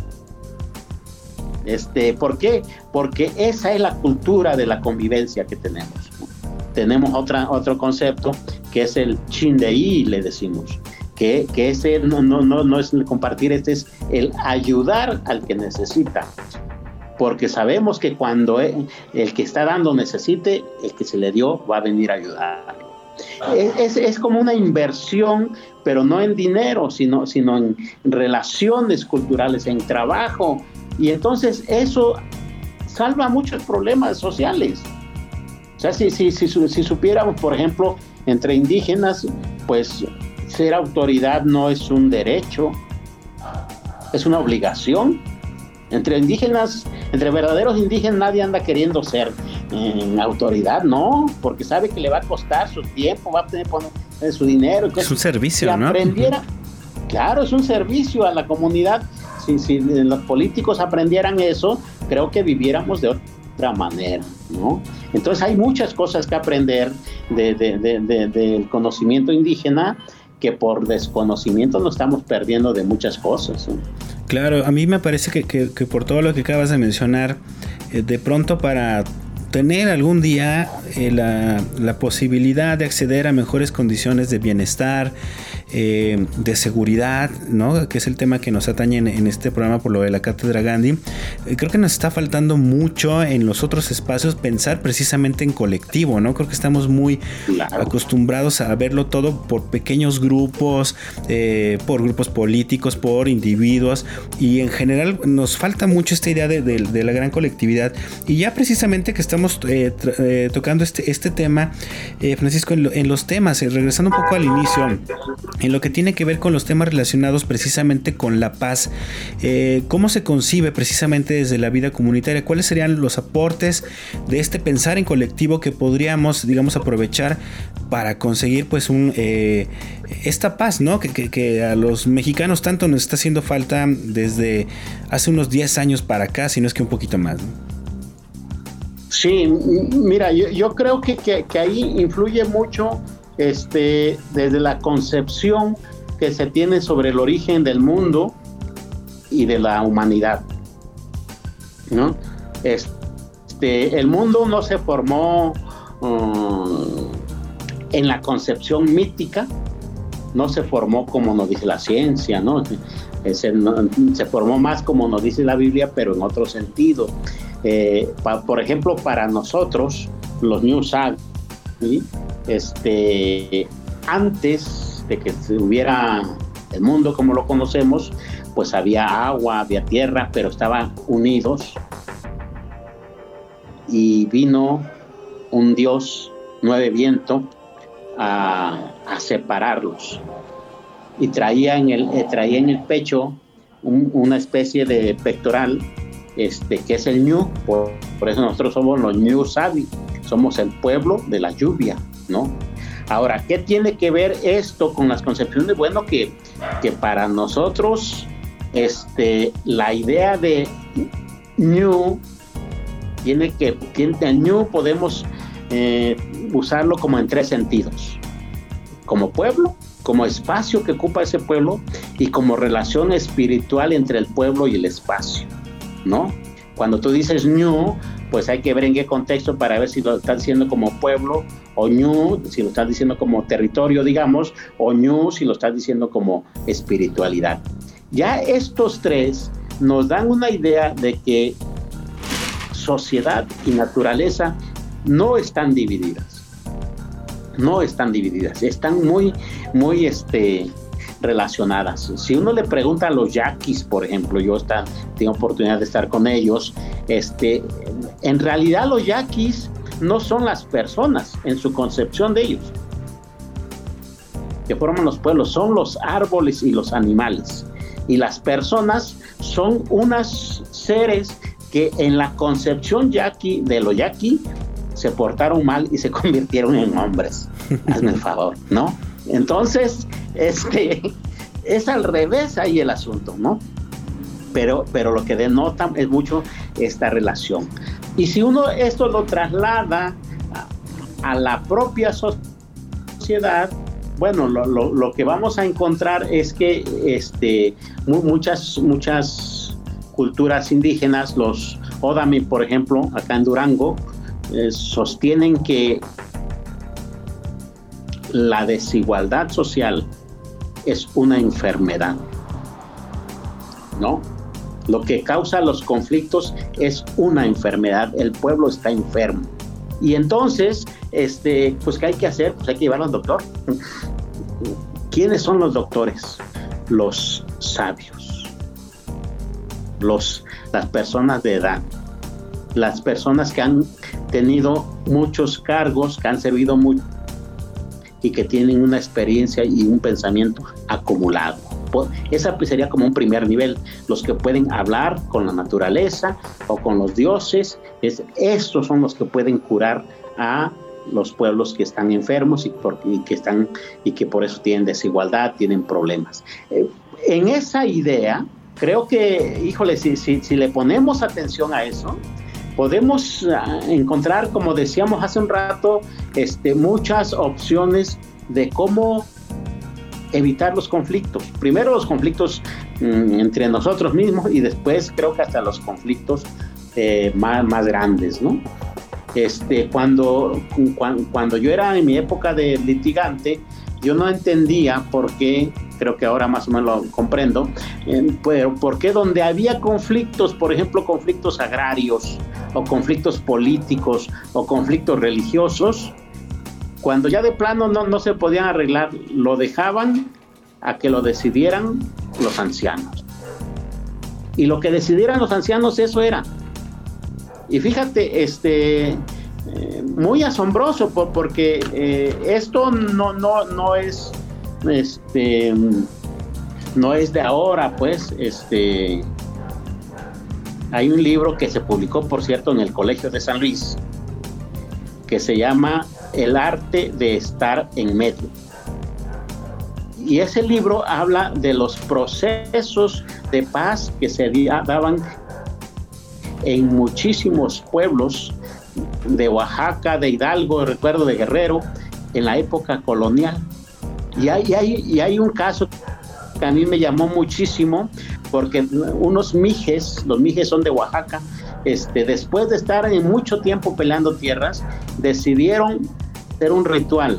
Este, ¿por qué? Porque esa es la cultura de la convivencia que tenemos, ¿no? Tenemos otra, otro concepto que es el chindeí, le decimos. Que, que ese no, no, no, no es el compartir, este es el ayudar al que necesita, porque sabemos que cuando el, el que está dando necesite, el que se le dio va a venir a ayudarlo. Es, es, es como una inversión, pero no en dinero, sino, sino en relaciones culturales, en trabajo, y entonces eso salva muchos problemas sociales. O sea, si, si, si, si supiéramos, por ejemplo, entre indígenas, pues ser autoridad no es un derecho, es una obligación. Entre indígenas, entre verdaderos indígenas, nadie anda queriendo ser eh, autoridad, no, porque sabe que le va a costar su tiempo, va a tener que poner su dinero. Es un servicio, si ¿no? Aprendiera, claro, es un servicio a la comunidad. Si, si los políticos aprendieran eso, creo que viviéramos de otra manera, ¿no? Entonces hay muchas cosas que aprender de, de, de, de, del conocimiento indígena, que por desconocimiento nos estamos perdiendo de muchas cosas, ¿no? Claro, a mí me parece que, que, que por todo lo que acabas de mencionar, eh, de pronto para tener algún día eh, la, la posibilidad de acceder a mejores condiciones de bienestar, eh, de seguridad, ¿no? Que es el tema que nos atañe en, en este programa por lo de la Cátedra Gandhi. Eh, creo que nos está faltando mucho en los otros espacios pensar precisamente en colectivo, ¿no? Creo que estamos muy claro. acostumbrados a verlo todo por pequeños grupos, eh, por grupos políticos, por individuos, y en general nos falta mucho esta idea de, de, de la gran colectividad. Y ya precisamente que estamos Eh, tra- eh, tocando este, este tema, eh, Francisco, en, lo, en los temas, eh, regresando un poco al inicio, en lo que tiene que ver con los temas relacionados precisamente con la paz. Eh, ¿Cómo se concibe precisamente desde la vida comunitaria? ¿Cuáles serían los aportes de este pensar en colectivo que podríamos, digamos, aprovechar para conseguir pues un eh, esta paz, ¿no? Que, que, que a los mexicanos tanto nos está haciendo falta desde hace unos diez años para acá, si no es que un poquito más, ¿no? Sí, mira, yo, yo creo que, que, que ahí influye mucho Este, desde la concepción que se tiene sobre el origen del mundo y de la humanidad, ¿no? Este, el mundo no se formó um, en la concepción mítica, no se formó como nos dice la ciencia, ¿no? Se, no, se formó más como nos dice la Biblia, pero en otro sentido. Eh, pa, por ejemplo, para nosotros, los New Sabios, ¿sí? Este, antes de que hubiera el mundo como lo conocemos, pues había agua, había tierra, pero estaban unidos, y vino un Dios, nueve viento, a, a separarlos, y traía en el, eh, traía en el pecho un, una especie de pectoral, este, que es el ñu, por, por eso nosotros somos los New Sabi, somos el pueblo de la lluvia, ¿no? Ahora, ¿qué tiene que ver esto con las concepciones? Bueno, que, que para nosotros este, la idea de New tiene que, tiene, el New podemos eh, usarlo como en tres sentidos: como pueblo, como espacio que ocupa ese pueblo, y como relación espiritual entre el pueblo y el espacio, ¿no? Cuando tú dices New, pues hay que ver en qué contexto para ver si lo estás diciendo como pueblo, o ñu si lo estás diciendo como territorio, digamos, o ñu si lo estás diciendo como espiritualidad. Ya estos tres nos dan una idea de que sociedad y naturaleza no están divididas, no están divididas, están muy, muy, este... relacionadas. Si uno le pregunta a los yaquis, por ejemplo, yo está, tengo oportunidad de estar con ellos, este, en realidad los yaquis no son las personas en su concepción de ellos que forman los pueblos, son los árboles y los animales, y las personas son unos seres que en la concepción yaqui de los yaqui se portaron mal y se convirtieron en hombres. Hazme el favor, ¿no? Entonces, este, es al revés ahí el asunto, ¿no? Pero, pero lo que denota es mucho esta relación. Y si uno esto lo traslada a, a la propia sociedad, bueno, lo, lo, lo que vamos a encontrar es que este, muchas, muchas culturas indígenas, los Odami, por ejemplo, acá en Durango, eh, sostienen que la desigualdad social es una enfermedad, ¿no? Lo que causa los conflictos es una enfermedad, el pueblo está enfermo. Y entonces, este, pues, ¿qué hay que hacer? Pues hay que llevarlo al doctor. ¿Quiénes son los doctores? Los sabios, los, las personas de edad, las personas que han tenido muchos cargos, que han servido mucho y que tienen una experiencia y un pensamiento acumulado. Esa sería como un primer nivel, los que pueden hablar con la naturaleza o con los dioses. Es, estos son los que pueden curar a los pueblos que están enfermos y, por, y, que, están, y que por eso tienen desigualdad, tienen problemas. Eh, en esa idea, creo que, híjole, si, si, si le ponemos atención a eso, podemos uh, encontrar, como decíamos hace un rato, este, muchas opciones de cómo evitar los conflictos. Primero los conflictos mmm, entre nosotros mismos, y después creo que hasta los conflictos eh, más, más grandes, ¿no? Este, cuando, cuando, cuando yo era en mi época de litigante, yo no entendía por qué, creo que ahora más o menos lo comprendo, eh, pero por qué donde había conflictos, por ejemplo, conflictos agrarios, o conflictos políticos, o conflictos religiosos, cuando ya de plano no, no se podían arreglar, lo dejaban a que lo decidieran los ancianos. Y lo que decidieran los ancianos, eso era. Y fíjate, este, eh, muy asombroso, por, porque eh, esto no, no, no es este, no es de ahora, pues, este, hay un libro que se publicó, por cierto, en el Colegio de San Luis, que se llama El arte de estar en medio. Y ese libro habla de los procesos de paz que se daban en muchísimos pueblos de Oaxaca, de Hidalgo, recuerdo de Guerrero, en la época colonial. Y hay, y hay, y hay un caso que a mí me llamó muchísimo, porque unos mijes, los mijes son de Oaxaca, este, después de estar en mucho tiempo peleando tierras, decidieron hacer un ritual.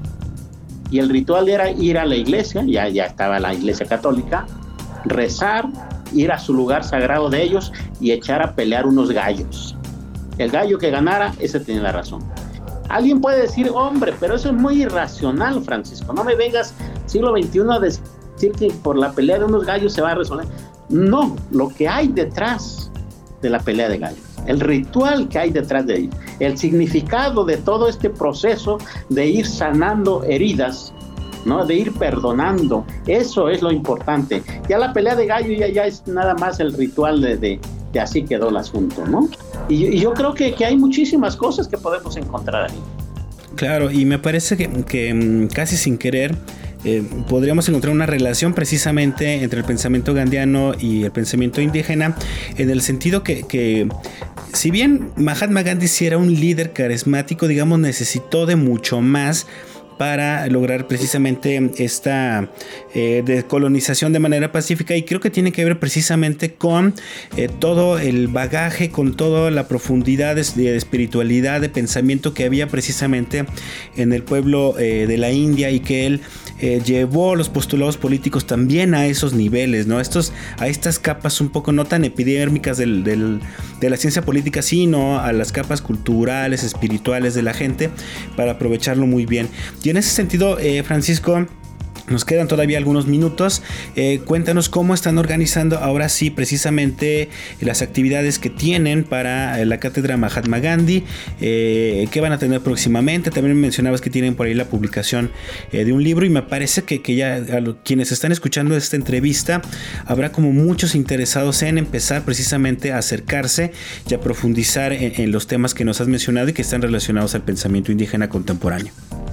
Y el ritual era ir a la iglesia, ya, ya estaba la iglesia católica, rezar, ir a su lugar sagrado de ellos y echar a pelear unos gallos. El gallo que ganara, ese tenía la razón. Alguien puede decir, hombre, pero eso es muy irracional, Francisco. No me vengas siglo veintiuno a decir que por la pelea de unos gallos se va a resolver. No, lo que hay detrás de la pelea de gallos, el ritual que hay detrás de ello, el significado de todo este proceso de ir sanando heridas, ¿no? De ir perdonando, eso es lo importante. Ya la pelea de gallo ya, ya es nada más el ritual de, de, de así quedó el asunto, ¿no? Y, y yo creo que, que hay muchísimas cosas que podemos encontrar ahí. Claro, y me parece que, que casi sin querer eh, podríamos encontrar una relación precisamente entre el pensamiento gandhiano y el pensamiento indígena, en el sentido que, que si bien Mahatma Gandhi sí era un líder carismático, digamos, necesitó de mucho más para lograr precisamente esta eh, descolonización de manera pacífica, y creo que tiene que ver precisamente con eh, todo el bagaje, con toda la profundidad de, de espiritualidad, de pensamiento que había precisamente en el pueblo eh, de la India, y que él eh, llevó los postulados políticos también a esos niveles, ¿no? Estos, a estas capas un poco no tan epidérmicas del, del, de la ciencia política, sino a las capas culturales, espirituales de la gente, para aprovecharlo muy bien. Y en ese sentido, eh, Francisco, nos quedan todavía algunos minutos. Eh, cuéntanos cómo están organizando ahora sí precisamente las actividades que tienen para la Cátedra Mahatma Gandhi, eh, qué van a tener próximamente. También mencionabas que tienen por ahí la publicación eh, de un libro, y me parece que, que ya a lo, quienes están escuchando esta entrevista, habrá como muchos interesados en empezar precisamente a acercarse y a profundizar en, en los temas que nos has mencionado y que están relacionados al pensamiento indígena contemporáneo.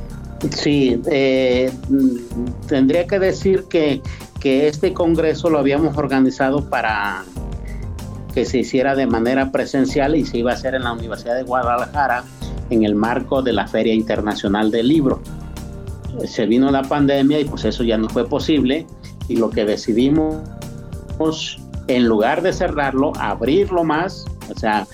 Sí, eh, tendría que decir que, que este congreso lo habíamos organizado para que se hiciera de manera presencial, y se iba a hacer en la Universidad de Guadalajara en el marco de la Feria Internacional del Libro. Se vino la pandemia y pues eso ya no fue posible, y lo que decidimos, en lugar de cerrarlo, abrirlo más, o sea,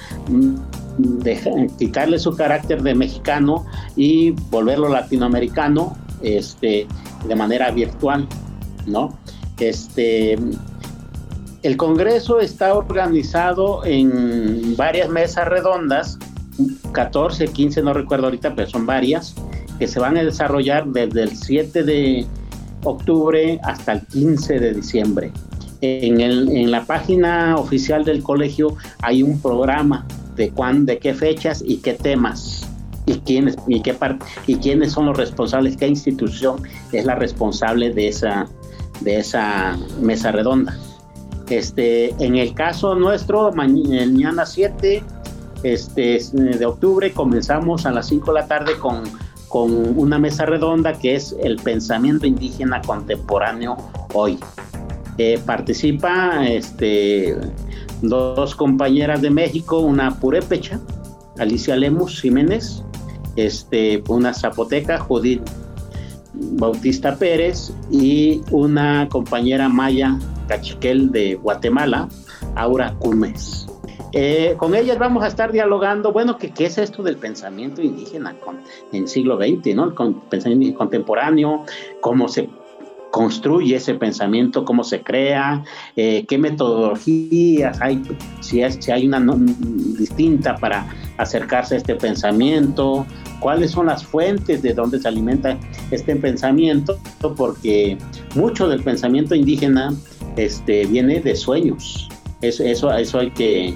de quitarle su carácter de mexicano y volverlo latinoamericano, este, de manera virtual, ¿no? Este, el Congreso está organizado en varias mesas redondas, catorce, quince, no recuerdo ahorita, pero son varias, que se van a desarrollar desde el siete de octubre hasta el quince de diciembre. En, el, en la página oficial del colegio hay un programa de cuán, de qué fechas y qué temas, y quiénes y qué part, y quiénes son los responsables, qué institución es la responsable de esa de esa mesa redonda. Este, en el caso nuestro, mañana siete este, de octubre comenzamos a las cinco de la tarde con, con una mesa redonda que es el pensamiento indígena contemporáneo hoy. Eh, participa este, dos compañeras de México, una purépecha, Alicia Lemus Jiménez, este, una zapoteca, Judith Bautista Pérez, y una compañera maya cachiquel de Guatemala, Aura Cumes. Eh, con ellas vamos a estar dialogando, bueno, ¿qué, qué es esto del pensamiento indígena con, en siglo veinte, ¿no? El con, pensamiento contemporáneo, cómo se construye ese pensamiento, cómo se crea, eh, qué metodologías hay, si, es, si hay una no, distinta para acercarse a este pensamiento, cuáles son las fuentes de donde se alimenta este pensamiento, porque mucho del pensamiento indígena este, viene de sueños. Eso, eso, eso hay que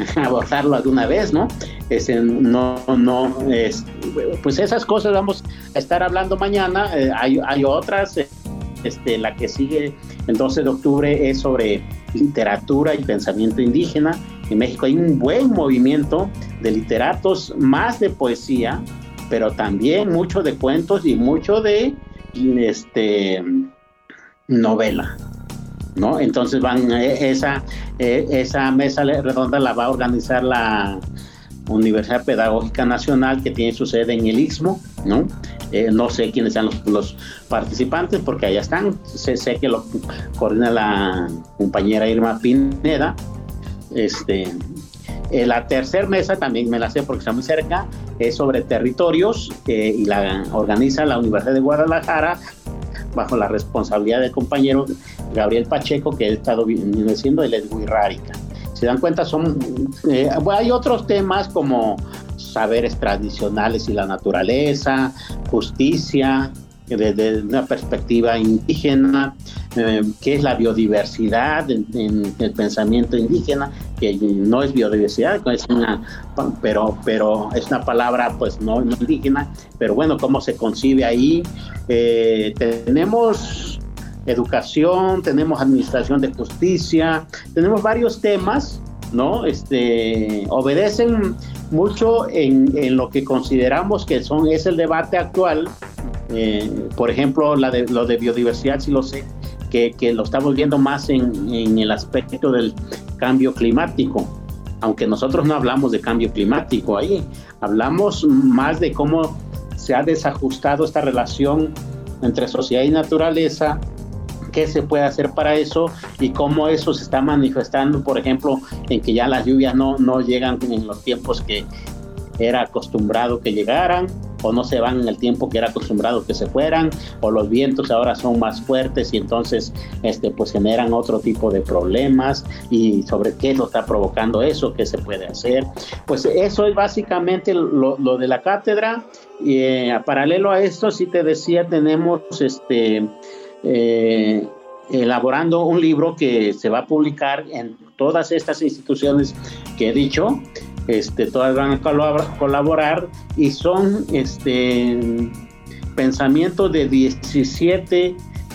abordarlo alguna vez, ¿no? Es, no, no, es, pues esas cosas vamos estar hablando mañana. Eh, hay, hay otras, eh, este, la que sigue el doce de octubre es sobre literatura y pensamiento indígena. En México hay un buen movimiento de literatos, más de poesía, pero también mucho de cuentos y mucho de este, novela, ¿no? Entonces van, esa, esa mesa redonda la va a organizar la Universidad Pedagógica Nacional, que tiene su sede en el Istmo, ¿no? Eh, no sé quiénes sean los, los participantes, porque allá están. Sé, sé que lo coordina la compañera Irma Pineda. Este, eh, la tercera mesa también me la sé porque está muy cerca, es sobre territorios, eh, y la organiza la Universidad de Guadalajara bajo la responsabilidad del compañero Gabriel Pacheco, que he estado diciendo, él es Wixárika. Se dan cuenta, son eh, hay otros temas como saberes tradicionales y la naturaleza, justicia desde una perspectiva indígena, eh, qué es la biodiversidad en, en el pensamiento indígena, que no es biodiversidad, es una, pero, pero es una palabra pues no, no indígena, pero bueno, cómo se concibe ahí. Eh, tenemos educación, tenemos administración de justicia, tenemos varios temas, ¿no? Este, obedecen mucho en, en lo que consideramos que son, es el debate actual. Eh, por ejemplo, la de, lo de biodiversidad, sí lo sé, que, que lo estamos viendo más en, en el aspecto del cambio climático, aunque nosotros no hablamos de cambio climático ahí, hablamos más de cómo se ha desajustado esta relación entre sociedad y naturaleza, qué se puede hacer para eso y cómo eso se está manifestando, por ejemplo, en que ya las lluvias no, no llegan en los tiempos que era acostumbrado que llegaran, o no se van en el tiempo que era acostumbrado que se fueran, o los vientos ahora son más fuertes y entonces este, pues generan otro tipo de problemas, y sobre qué lo está provocando eso, qué se puede hacer. Pues eso es básicamente lo, lo de la cátedra. Y eh, paralelo a esto, sí te decía, tenemos este eh, elaborando un libro que se va a publicar en todas estas instituciones que he dicho. Este, todas van a colaborar y son este, pensamientos de diecisiete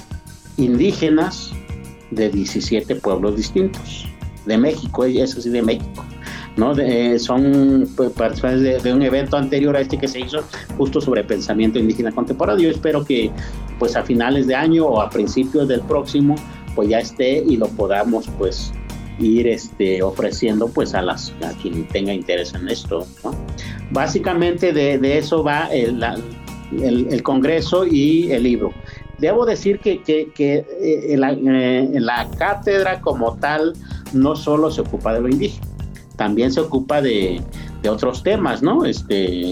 indígenas de diecisiete pueblos distintos de México, eso sí, de México, ¿no? De, son participantes de, de un evento anterior a este que se hizo justo sobre pensamiento indígena contemporáneo. Yo espero que pues a finales de año o a principios del próximo pues ya esté y lo podamos pues ir este, ofreciendo pues a, las, a quien tenga interés en esto, ¿no? Básicamente de, de eso va el, la, el, el congreso y el libro. Debo decir que, que, que eh, la, eh, la cátedra como tal no solo se ocupa de lo indígena, también se ocupa de, de otros temas, ¿no? Este,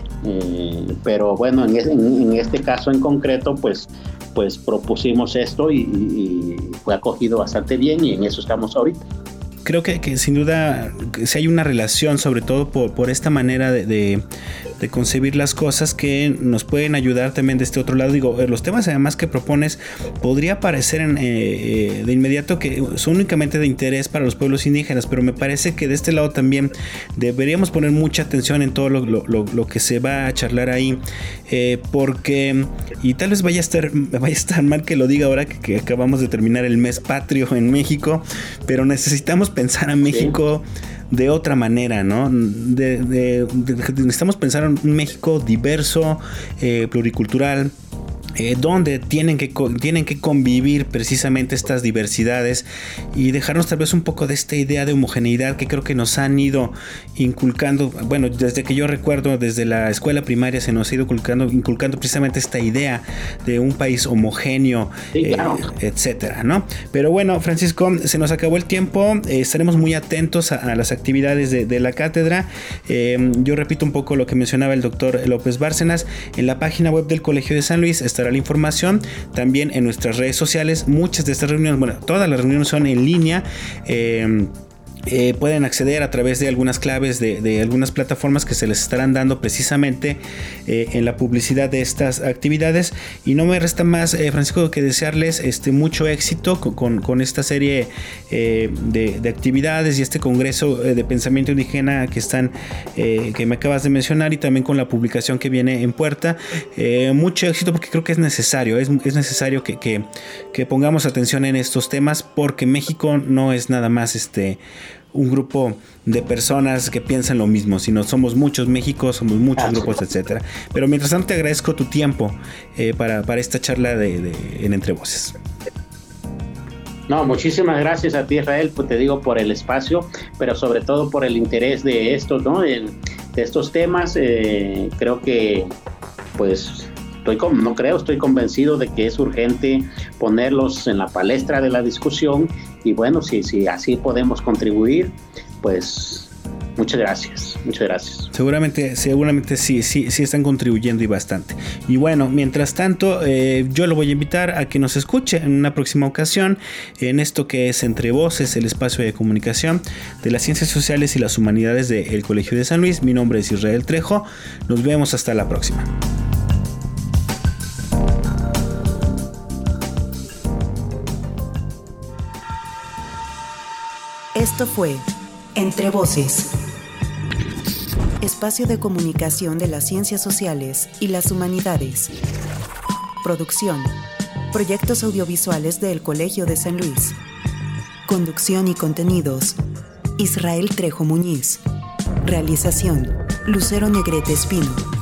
eh, pero bueno, en, en, en este caso en concreto pues pues propusimos esto y, y fue acogido bastante bien, y en eso estamos ahorita. Creo que, que sin duda si hay una relación, sobre todo por, por esta manera de, de, de concebir las cosas, que nos pueden ayudar también de este otro lado. Digo, los temas además que propones podría parecer en, eh, de inmediato que son únicamente de interés para los pueblos indígenas, pero me parece que de este lado también deberíamos poner mucha atención en todo lo, lo, lo, lo que se va a charlar ahí, eh, porque, y tal vez vaya a estar, vaya a estar mal que lo diga ahora que, que acabamos de terminar el mes patrio en México, pero necesitamos pensar a México sí. de otra manera, ¿no? De, de, de, necesitamos pensar en un México diverso, eh, pluricultural, eh, donde tienen que, tienen que convivir precisamente estas diversidades y dejarnos tal vez un poco de esta idea de homogeneidad que creo que nos han ido inculcando. Bueno, desde que yo recuerdo, desde la escuela primaria se nos ha ido inculcando, inculcando precisamente esta idea de un país homogéneo, sí, claro. eh, etcétera, ¿no? Pero bueno, Francisco, se nos acabó el tiempo, eh, estaremos muy atentos a, a las actividades de, de la cátedra. Eh, yo repito un poco lo que mencionaba el doctor López Bárcenas. En la página web del Colegio de San Luis estará la información, también en nuestras redes sociales. Muchas de estas reuniones, bueno, todas las reuniones son en línea, eh, Eh, pueden acceder a través de algunas claves de, de algunas plataformas que se les estarán dando precisamente eh, en la publicidad de estas actividades. Y no me resta más, eh, Francisco, que desearles este, mucho éxito con, con, con esta serie eh, de, de actividades y este congreso eh, de pensamiento indígena que están eh, que me acabas de mencionar, y también con la publicación que viene en puerta. Eh, mucho éxito, porque creo que es necesario, es, es necesario que, que, que pongamos atención en estos temas, porque México no es nada más este un grupo de personas que piensan lo mismo, sino somos muchos México, somos muchos grupos, etcétera. Pero mientras tanto te agradezco tu tiempo eh, para, para esta charla de, de, en Entre Voces. No, muchísimas gracias a ti, Israel, pues te digo, por el espacio, pero sobre todo por el interés de estos, ¿no? De, de estos temas. Eh, creo que, pues, estoy con, no creo, estoy convencido de que es urgente ponerlos en la palestra de la discusión, y bueno, si, si así podemos contribuir, pues muchas gracias, muchas gracias. Seguramente, seguramente sí, sí, sí están contribuyendo, y bastante. Y bueno, mientras tanto, eh, yo lo voy a invitar a que nos escuche en una próxima ocasión en esto que es Entre Voces, el espacio de comunicación de las ciencias sociales y las humanidades del Colegio de San Luis. Mi nombre es Israel Trejo. Nos vemos hasta la próxima. Esto fue Entre Voces, espacio de comunicación de las ciencias sociales y las humanidades. Producción, proyectos audiovisuales del Colegio de San Luis. Conducción y contenidos, Israel Trejo Muñiz. Realización, Lucero Negrete Espino.